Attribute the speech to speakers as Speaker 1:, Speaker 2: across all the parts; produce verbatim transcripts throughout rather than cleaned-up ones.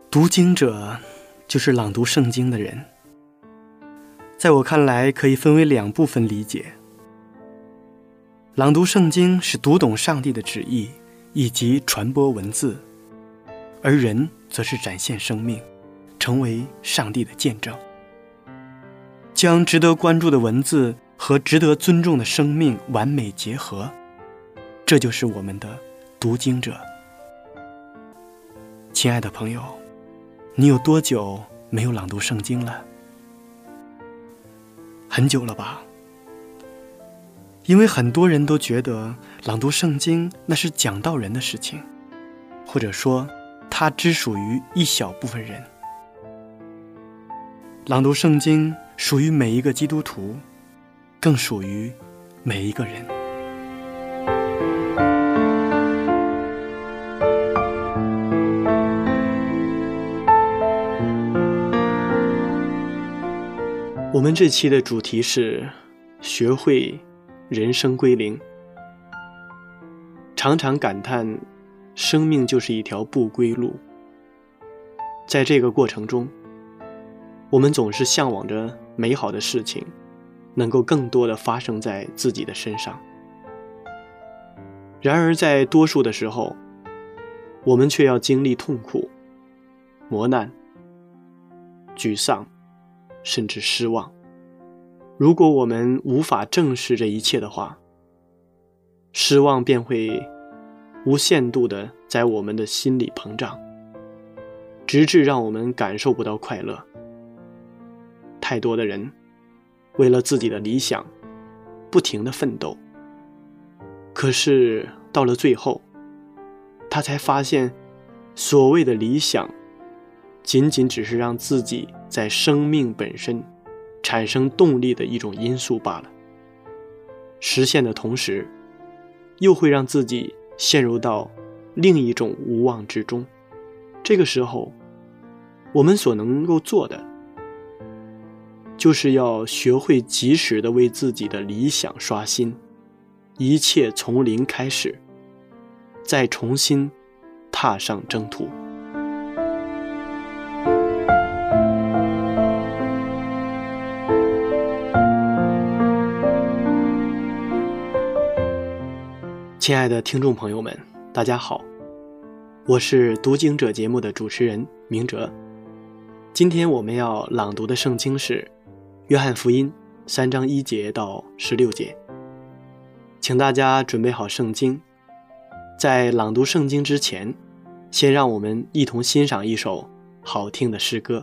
Speaker 1: 读经者就是朗读圣经的人。在我看来，可以分为两部分理解。朗读圣经是读懂上帝的旨意以及传播文字，而人则是展现生命，成为上帝的见证，将值得关注的文字和值得尊重的生命完美结合，这就是我们的读经者。亲爱的朋友，你有多久没有朗读圣经了？很久了吧？因为很多人都觉得朗读圣经那是讲道人的事情，或者说它只属于一小部分人。朗读圣经属于每一个基督徒，更属于每一个人。我们这期的主题是学会人生归零。常常感叹生命就是一条不归路，在这个过程中，我们总是向往着美好的事情能够更多的发生在自己的身上。然而在多数的时候，我们却要经历痛苦、磨难、沮丧，甚至失望。如果我们无法正视这一切的话，失望便会无限度的在我们的心里膨胀，直至让我们感受不到快乐。太多的人为了自己的理想不停地奋斗，可是到了最后，他才发现所谓的理想仅仅只是让自己在生命本身产生动力的一种因素罢了。实现的同时，又会让自己陷入到另一种无望之中。这个时候，我们所能够做的，就是要学会及时的为自己的理想刷新，一切从零开始，再重新踏上征途。亲爱的听众朋友们，大家好，我是读经者节目的主持人明哲。今天我们要朗读的圣经是约翰福音三章一节到十六节，请大家准备好圣经。在朗读圣经之前，先让我们一同欣赏一首好听的诗歌。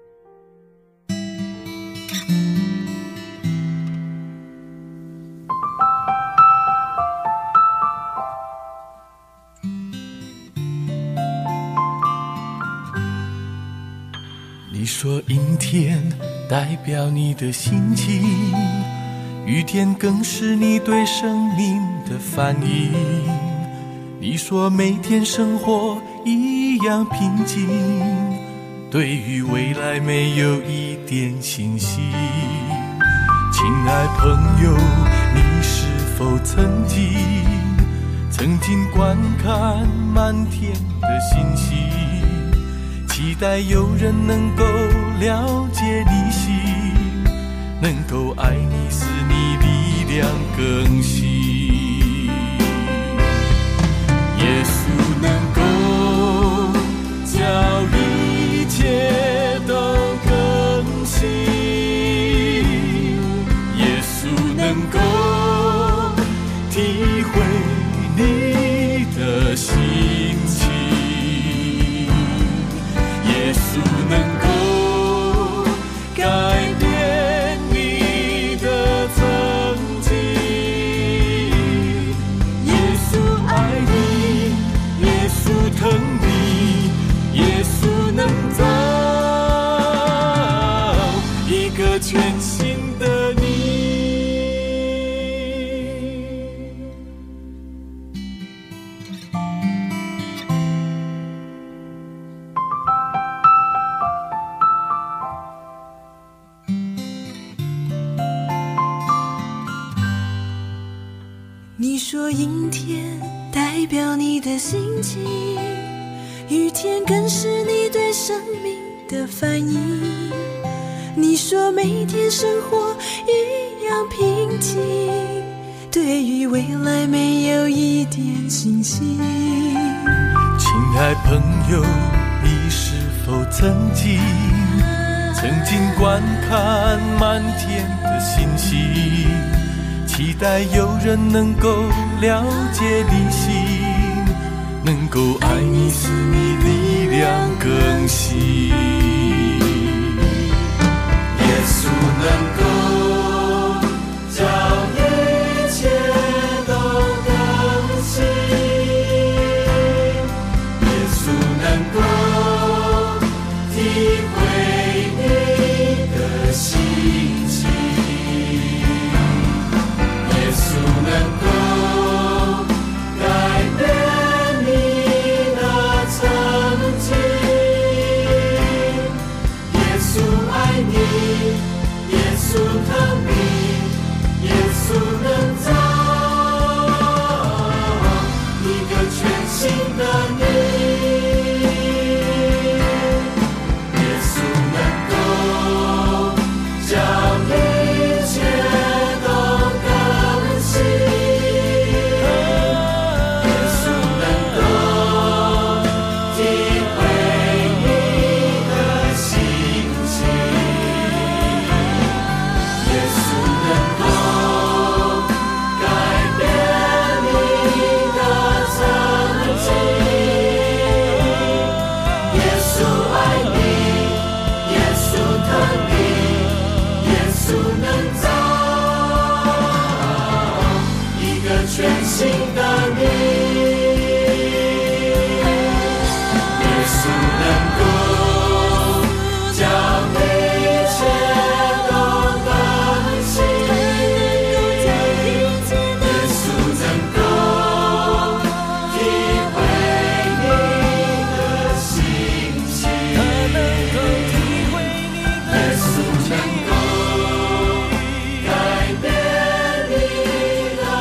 Speaker 2: 你说阴天代表你的心情，雨天更是你对生命的反应。你说每天生活一样平静，对于未来没有一点信心。亲爱朋友，你是否曾经曾经观看满天的星星，期待有人能够了解你心，能够爱你，使你力量更新。耶稣能够叫一切都更新，耶稣能够体会你的心情，耶稣能够改变你的曾经，耶稣爱你，耶稣疼你，耶稣能造一个全新的你。
Speaker 3: 你说阴天代表你的心情， 雨天更是你对生命的反应。你说每天生活一样平静，对于未来没有一点信心。
Speaker 2: 亲爱朋友，你是否曾经曾经观看满天的星星，期待有人能够了解你心，能够爱你使你力量更新。耶稣能够叫一切都更新，耶稣能够体会你的心情，耶稣能够改变你的曾经，耶稣爱你，耶稣疼你，耶稣能造一个全新的你。全新的你，耶稣能够将一切都更新，耶稣能够体会你的心情，耶稣能够改变你的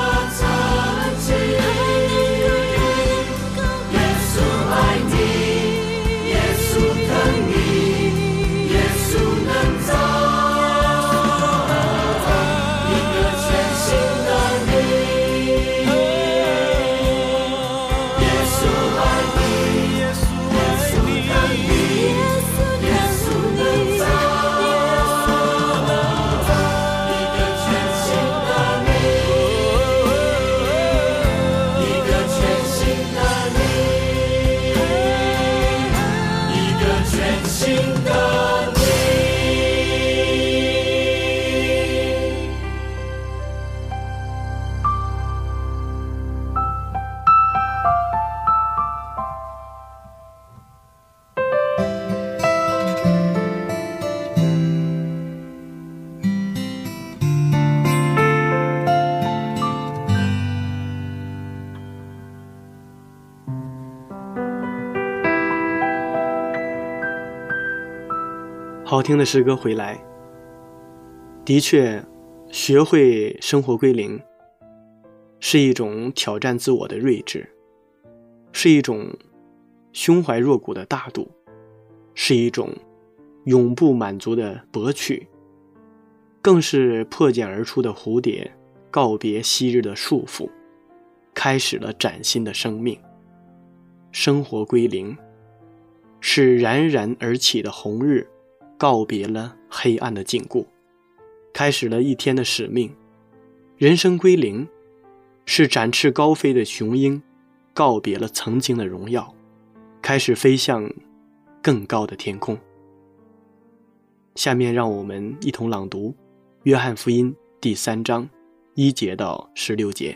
Speaker 1: 好听的诗歌回来，的确，学会生活归零，是一种挑战自我的睿智，是一种胸怀若谷的大度，是一种永不满足的博取，更是破茧而出的蝴蝶告别昔日的束缚，开始了崭新的生命。生活归零，是冉冉而起的红日告别了黑暗的禁锢，开始了一天的使命。人生归零，是展翅高飞的雄鹰告别了曾经的荣耀，开始飞向更高的天空。下面让我们一同朗读约翰福音第三章一节到十六节。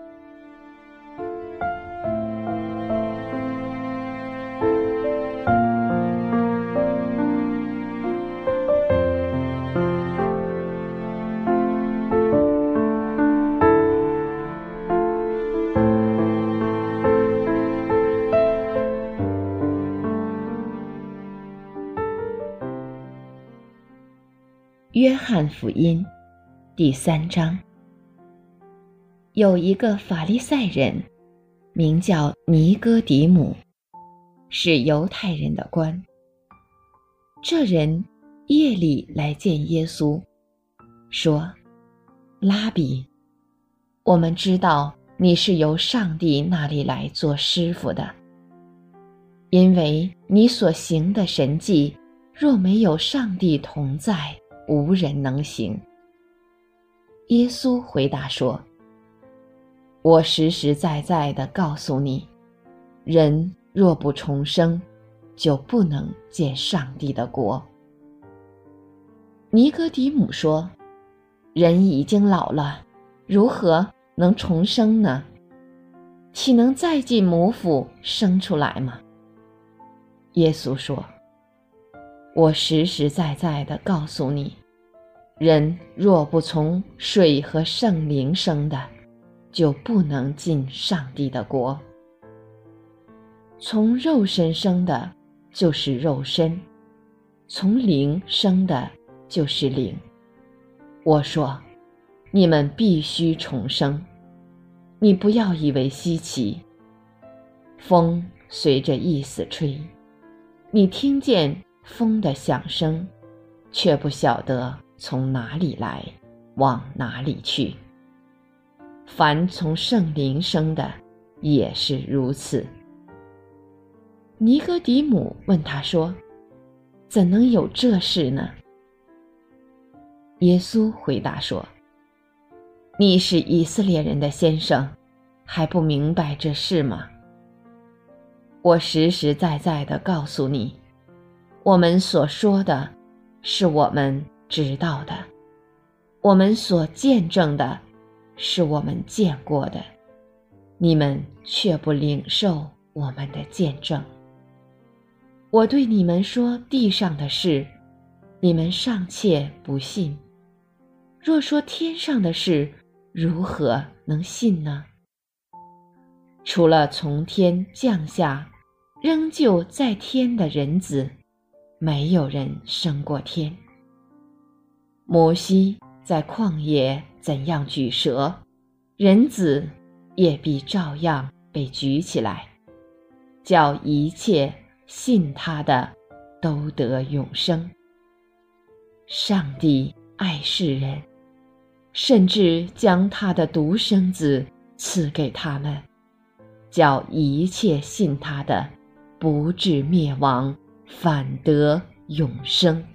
Speaker 4: 约翰福音第三章。有一个法利赛人名叫尼哥底母， 是犹太人的官。这人夜里来见耶稣，说：拉比，我们知道你是由上帝那里来做师傅的，因为你所行的神迹，若没有上帝同在，无人能行。耶稣回答说：我实实在在地告诉你，人若不重生，就不能见上帝的国。尼哥底母说：人已经老了，如何能重生呢？岂能再进母腹生出来吗？耶稣说：我实实在在地告诉你，人若不从水和圣灵生的，就不能进上帝的国。从肉身生的就是肉身，从灵生的就是灵。我说，你们必须重生，你不要以为稀奇。风随着意思吹，你听见风的响声，却不晓得从哪里来，往哪里去。凡从圣灵生的，也是如此。尼哥底母问他说：怎能有这事呢？耶稣回答说：你是以色列人的先生，还不明白这事吗？我实实在在地告诉你，我们所说的是我们知道的，我们所见证的是我们见过的，你们却不领受我们的见证。我对你们说地上的事，你们尚且不信，若说天上的事，如何能信呢？除了从天降下仍旧在天的人子，没有人升过天。摩西在旷野怎样举蛇，人子也必照样被举起来，叫一切信他的都得永生。上帝爱世人，甚至将他的独生子赐给他们，叫一切信他的不至灭亡，反得永生。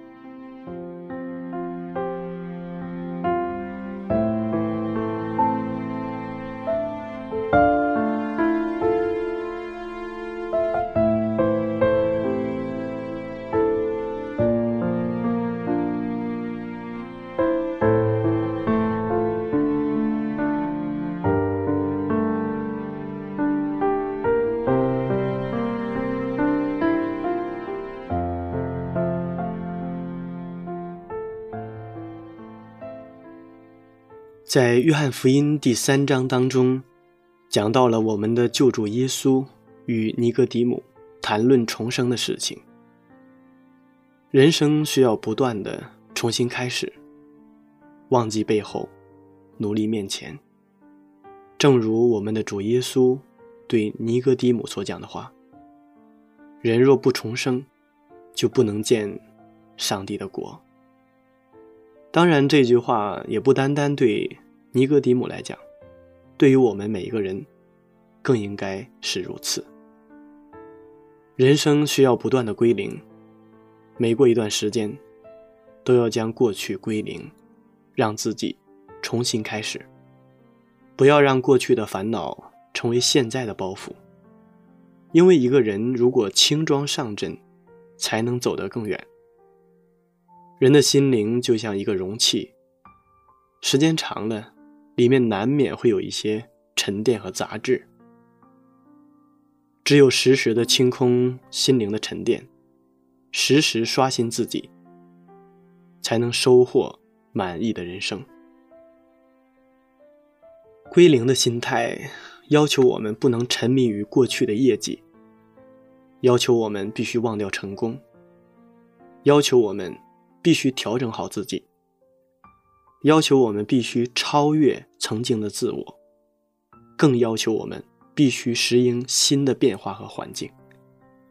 Speaker 1: 在约翰福音第三章当中，讲到了我们的救主耶稣与尼哥底母谈论重生的事情。人生需要不断的重新开始，忘记背后，努力面前。正如我们的主耶稣对尼哥底母所讲的话，人若不重生，就不能见上帝的国。当然这句话也不单单对尼哥底母来讲，对于我们每一个人更应该是如此。人生需要不断的归零，每过一段时间都要将过去归零，让自己重新开始，不要让过去的烦恼成为现在的包袱。因为一个人如果轻装上阵，才能走得更远。人的心灵就像一个容器，时间长了，里面难免会有一些沉淀和杂质。只有时时的清空心灵的沉淀，时时刷新自己，才能收获满意的人生。归零的心态要求我们不能沉迷于过去的业绩，要求我们必须忘掉成功，要求我们必须调整好自己，要求我们必须超越曾经的自我，更要求我们必须适应新的变化和环境。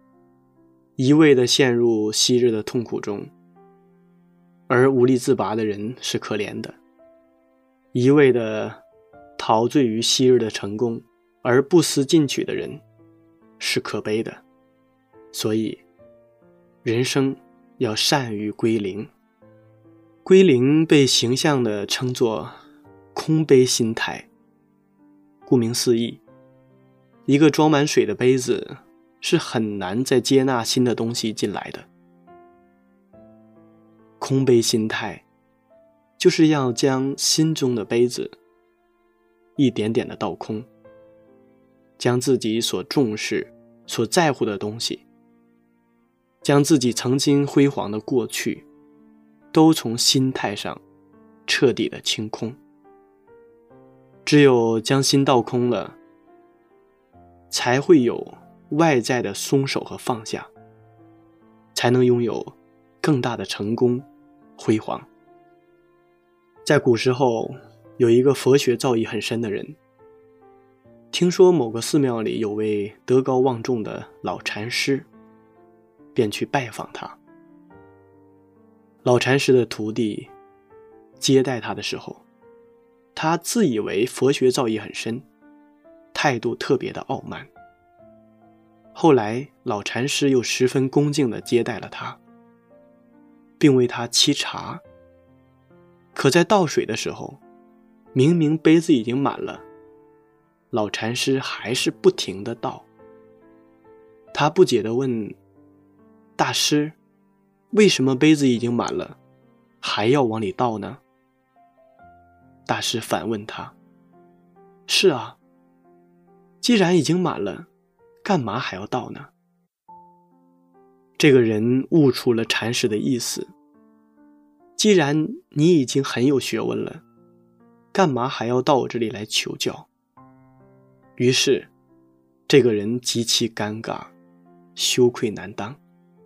Speaker 1: 一味地陷入昔日的痛苦中，而无力自拔的人是可怜的；一味地陶醉于昔日的成功而不思进取的人是可悲的。所以人生要善于归零。归零被形象地称作空杯心态。顾名思义，一个装满水的杯子是很难再接纳新的东西进来的。空杯心态就是要将心中的杯子一点点的倒空，将自己所重视所在乎的东西，将自己曾经辉煌的过去都从心态上彻底的清空。只有将心倒空了，才会有外在的松手和放下，才能拥有更大的成功辉煌。在古时候，有一个佛学造诣很深的人，听说某个寺庙里有位德高望重的老禅师，便去拜访他。老禅师的徒弟接待他的时候，他自以为佛学造诣很深，态度特别的傲慢。后来老禅师又十分恭敬地接待了他，并为他沏茶。可在倒水的时候，明明杯子已经满了，老禅师还是不停地倒。他不解地问大师，为什么杯子已经满了，还要往里倒呢？大师反问他，是啊，既然已经满了，干嘛还要倒呢？这个人悟出了禅师的意思，既然你已经很有学问了，干嘛还要到我这里来求教？于是这个人极其尴尬，羞愧难当。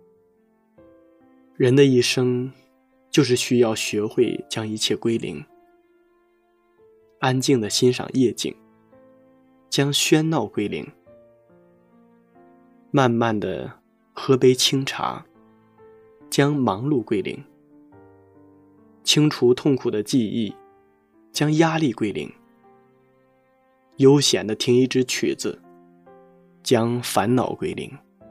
Speaker 1: 人的一生就是需要学会将一切归零，安静地欣赏夜景，将喧闹归零，慢慢地喝杯清茶，将忙碌归零，清除痛苦的记忆，将压力归零，悠闲地听一支曲子，将烦恼归零，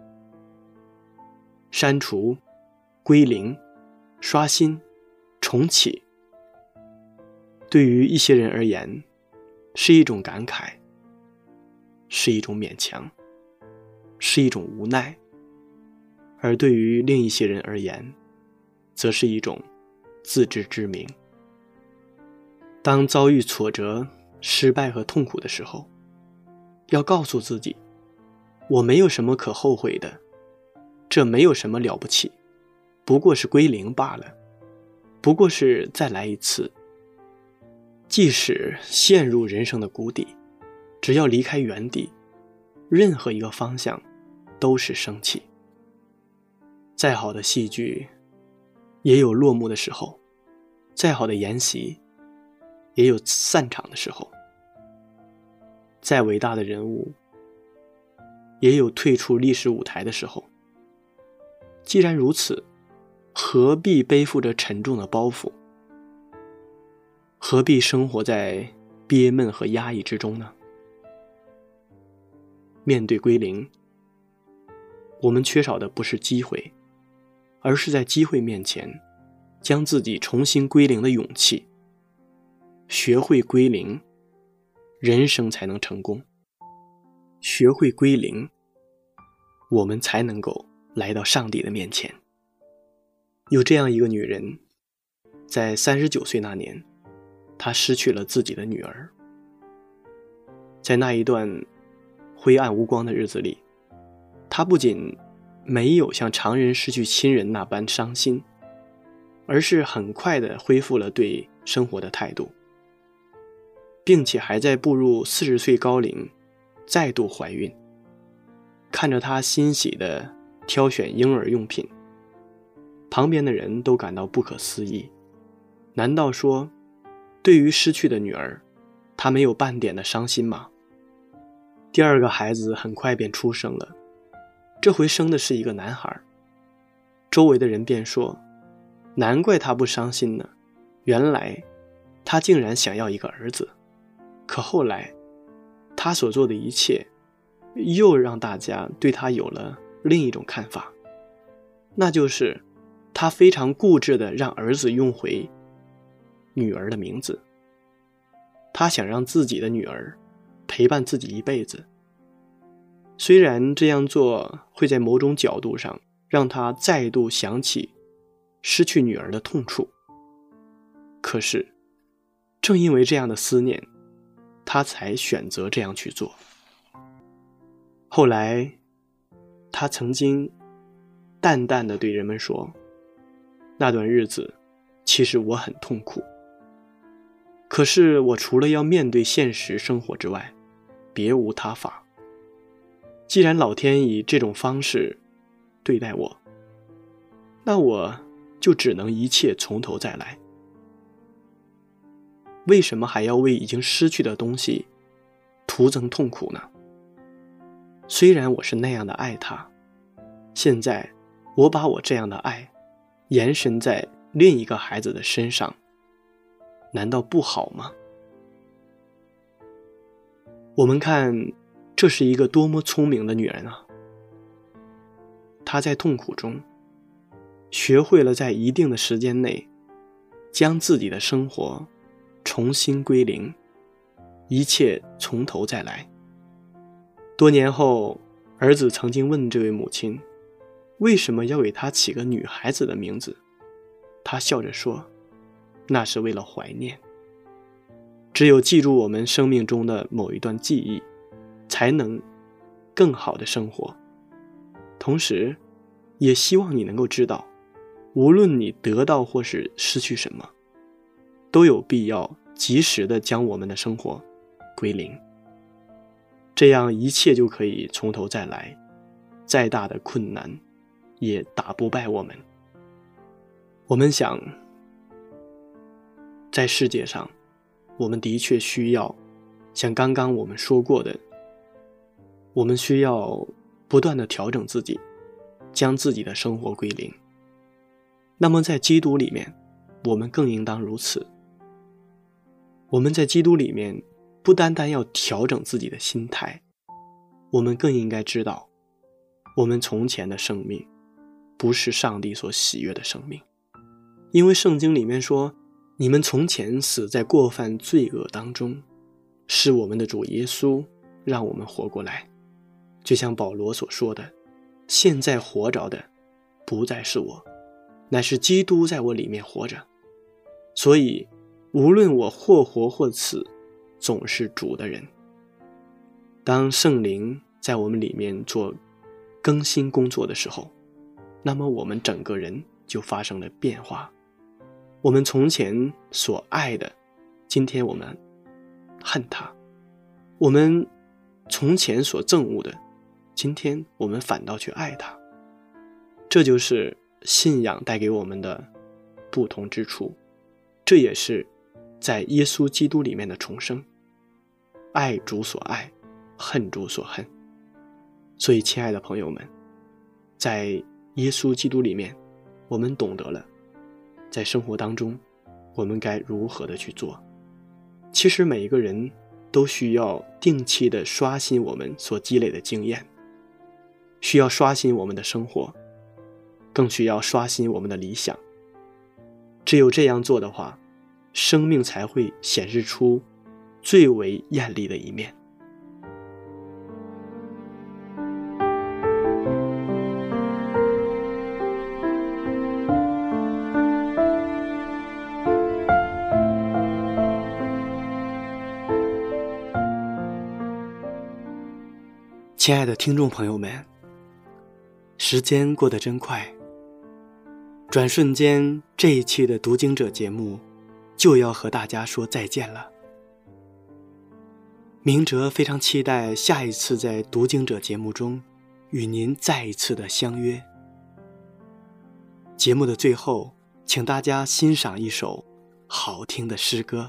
Speaker 1: 删除、归零、刷新、重启，对于一些人而言是一种感慨，是一种勉强，是一种无奈，而对于另一些人而言则是一种自知之明。当遭遇挫折、失败和痛苦的时候，要告诉自己，我没有什么可后悔的，这没有什么了不起，不过是归零罢了，不过是再来一次。即使陷入人生的谷底，只要离开原地，任何一个方向都是升起。再好的戏剧也有落幕的时候，再好的演习也有散场的时候，再伟大的人物也有退出历史舞台的时候。既然如此，何必背负着沉重的包袱？何必生活在憋闷和压抑之中呢？面对归零，我们缺少的不是机会，而是在机会面前将自己重新归零的勇气。学会归零，人生才能成功。学会归零，我们才能够来到上帝的面前。有这样一个女人，在三十九岁那年，她失去了自己的女儿。在那一段灰暗无光的日子里，她不仅没有像常人失去亲人那般伤心，而是很快地恢复了对生活的态度，并且还在步入四十岁高龄再度怀孕。看着她欣喜地挑选婴儿用品，旁边的人都感到不可思议。难道说对于失去的女儿，她没有半点的伤心吗？第二个孩子很快便出生了，这回生的是一个男孩。 周围的人便说，难怪他不伤心呢，原来他竟然想要一个儿子。可后来他所做的一切又让大家对他有了另一种看法，那就是他非常固执地让儿子用回女儿的名字，他想让自己的女儿陪伴自己一辈子。虽然这样做会在某种角度上让他再度想起失去女儿的痛处，可是正因为这样的思念，他才选择这样去做。后来他曾经淡淡地对人们说，那段日子其实我很痛苦，可是我除了要面对现实生活之外，别无他法。既然老天以这种方式对待我，那我就只能一切从头再来。为什么还要为已经失去的东西徒增痛苦呢？虽然我是那样的爱他，现在我把我这样的爱延伸在另一个孩子的身上，难道不好吗？我们看，这是一个多么聪明的女人啊！她在痛苦中学会了在一定的时间内将自己的生活重新归零，一切从头再来。多年后，儿子曾经问这位母亲，为什么要给她起个女孩子的名字？她笑着说，那是为了怀念。只有记住我们生命中的某一段记忆，才能更好的生活。同时也希望你能够知道，无论你得到或是失去什么，都有必要及时的将我们的生活归零，这样一切就可以从头再来，再大的困难也打不败我们。我们想，在世界上我们的确需要像刚刚我们说过的，我们需要不断的调整自己，将自己的生活归零。那么在基督里面，我们更应当如此。我们在基督里面不单单要调整自己的心态，我们更应该知道，我们从前的生命不是上帝所喜悦的生命。因为圣经里面说，你们从前死在过犯罪恶当中，是我们的主耶稣让我们活过来。就像保罗所说的，现在活着的不再是我，乃是基督在我里面活着。所以无论我或活或死，总是主的人。当圣灵在我们里面做更新工作的时候，那么我们整个人就发生了变化。我们从前所爱的，今天我们恨他；我们从前所憎恶的，今天我们反倒去爱他。这就是信仰带给我们的不同之处，这也是在耶稣基督里面的重生，爱主所爱，恨主所恨。所以亲爱的朋友们，在耶稣基督里面，我们懂得了在生活当中我们该如何的去做。其实每一个人都需要定期的刷新我们所积累的经验，需要刷新我们的生活，更需要刷新我们的理想。只有这样做的话，生命才会显示出最为艳丽的一面。亲爱的听众朋友们，时间过得真快，转瞬间这一期的读经者节目就要和大家说再见了。明哲非常期待下一次在读经者节目中与您再一次的相约。节目的最后，请大家欣赏一首好听的诗歌。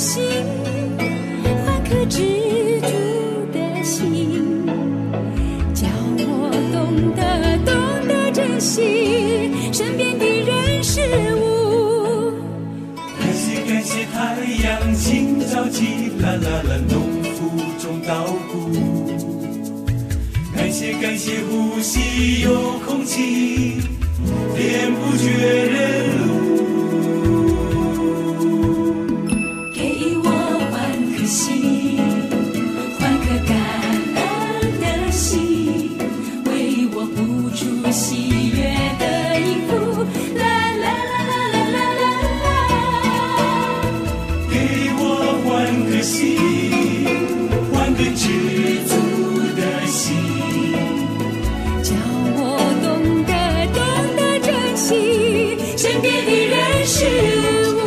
Speaker 3: 心，换颗知足的心，叫我懂得懂得珍惜身边的人事物。
Speaker 2: 感谢感谢太阳清早起，啦啦啦，农夫种稻谷。感谢感谢呼吸有空气，天不绝人路。
Speaker 3: 给我换颗心，换颗感恩的心，为我付出喜悦的音符。啦啦啦啦啦啦啦啦。
Speaker 2: 给我换颗心，换个知足的心，
Speaker 3: 叫我懂得懂得珍惜身边的人事物。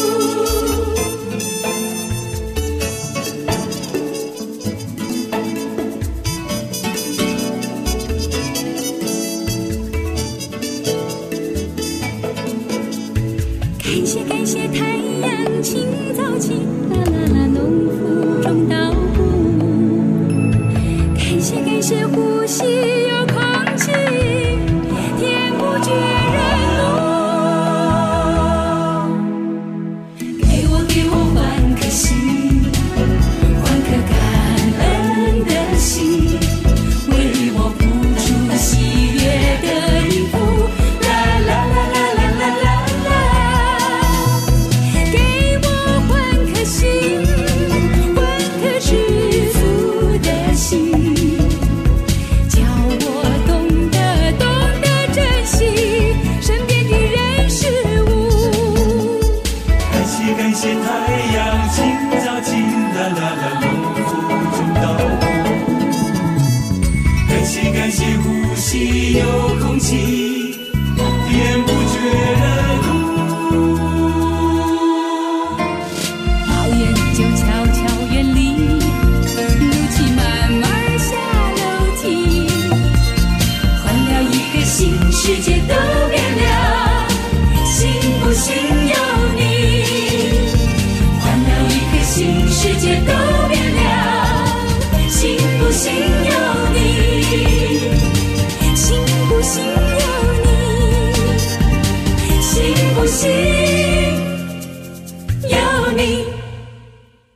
Speaker 3: 感谢感谢太阳清早起，啦啦啦，农夫种稻谷。感谢感谢呼吸有空气，天不绝人路。给我给我换颗心，换颗感恩的心，为我付出喜悦的音符。啦啦啦啦啦啦啦啦。给我换颗心，换颗知足的心，叫我懂得懂得珍惜身边的人事物。
Speaker 2: 感谢感谢太阳清早起，啦啦啦，农夫种稻谷。感谢感谢呼吸有空气，天不绝人路。
Speaker 3: 抱怨就悄悄远离，怒气慢慢下楼梯，换了一个新世界都变了，信不信由你。换了一个新世界都变了，信不信由你。信不信由你，信不信由你。